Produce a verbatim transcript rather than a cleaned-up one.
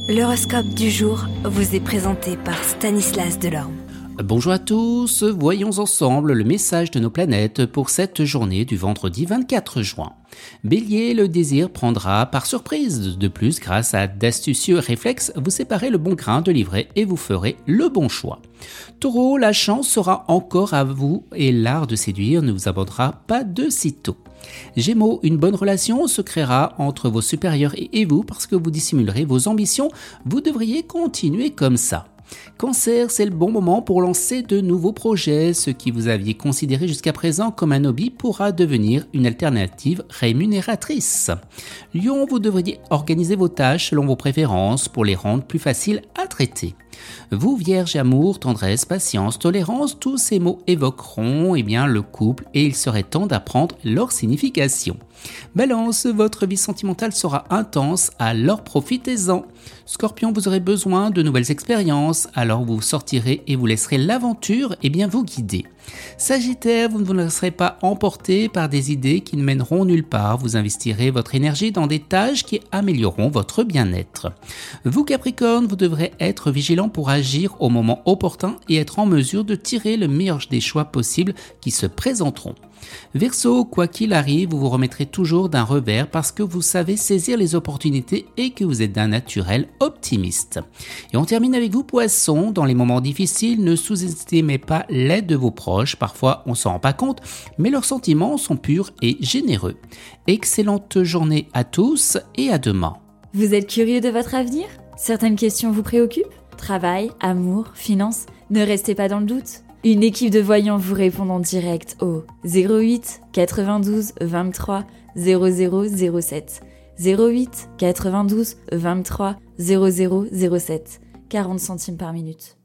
L'horoscope du jour vous est présenté par Stanislas Delorme. Bonjour à tous, voyons ensemble le message de nos planètes pour cette journée du vendredi vingt-quatre juin. Bélier, le désir prendra par surprise. De plus, grâce à d'astucieux réflexes, vous séparez le bon grain de l'ivraie et vous ferez le bon choix. Taureau, la chance sera encore à vous et l'art de séduire ne vous abandonnera pas de sitôt. Gémeaux, une bonne relation se créera entre vos supérieurs et vous parce que vous dissimulerez vos ambitions. Vous devriez continuer comme ça. Cancer, c'est le bon moment pour lancer de nouveaux projets. Ce qui vous aviez considéré jusqu'à présent comme un hobby pourra devenir une alternative rémunératrice. Lion, vous devriez organiser vos tâches selon vos préférences pour les rendre plus faciles à traiter. Vous, Vierge, amour, tendresse, patience, tolérance, tous ces mots évoqueront eh bien, le couple et il serait temps d'apprendre leur signification. Balance, votre vie sentimentale sera intense, alors profitez-en. Scorpion, vous aurez besoin de nouvelles expériences, alors vous sortirez et vous laisserez l'aventure eh bien, vous guider. Sagittaire, vous ne vous laisserez pas emporter par des idées qui ne mèneront nulle part. Vous investirez votre énergie dans des tâches qui amélioreront votre bien-être. Vous, Capricorne, vous devrez être vigilant pour agir au moment opportun et être en mesure de tirer le meilleur des choix possibles qui se présenteront. Verseau, quoi qu'il arrive, vous vous remettrez toujours d'un revers parce que vous savez saisir les opportunités et que vous êtes d'un naturel optimiste. Et on termine avec vous, Poisson. Dans les moments difficiles, ne sous-estimez pas l'aide de vos proches. Parfois, on s'en rend pas compte, mais leurs sentiments sont purs et généreux. Excellente journée à tous et à demain. Vous êtes curieux de votre avenir ? Certaines questions vous préoccupent ? Travail, amour, finances ? Ne restez pas dans le doute. Une équipe de voyants vous répond en direct au zéro huit quatre-vingt-douze vingt-trois zéro zéro zéro sept zéro huit quatre-vingt-douze vingt-trois zéro zéro zéro sept quarante centimes par minute.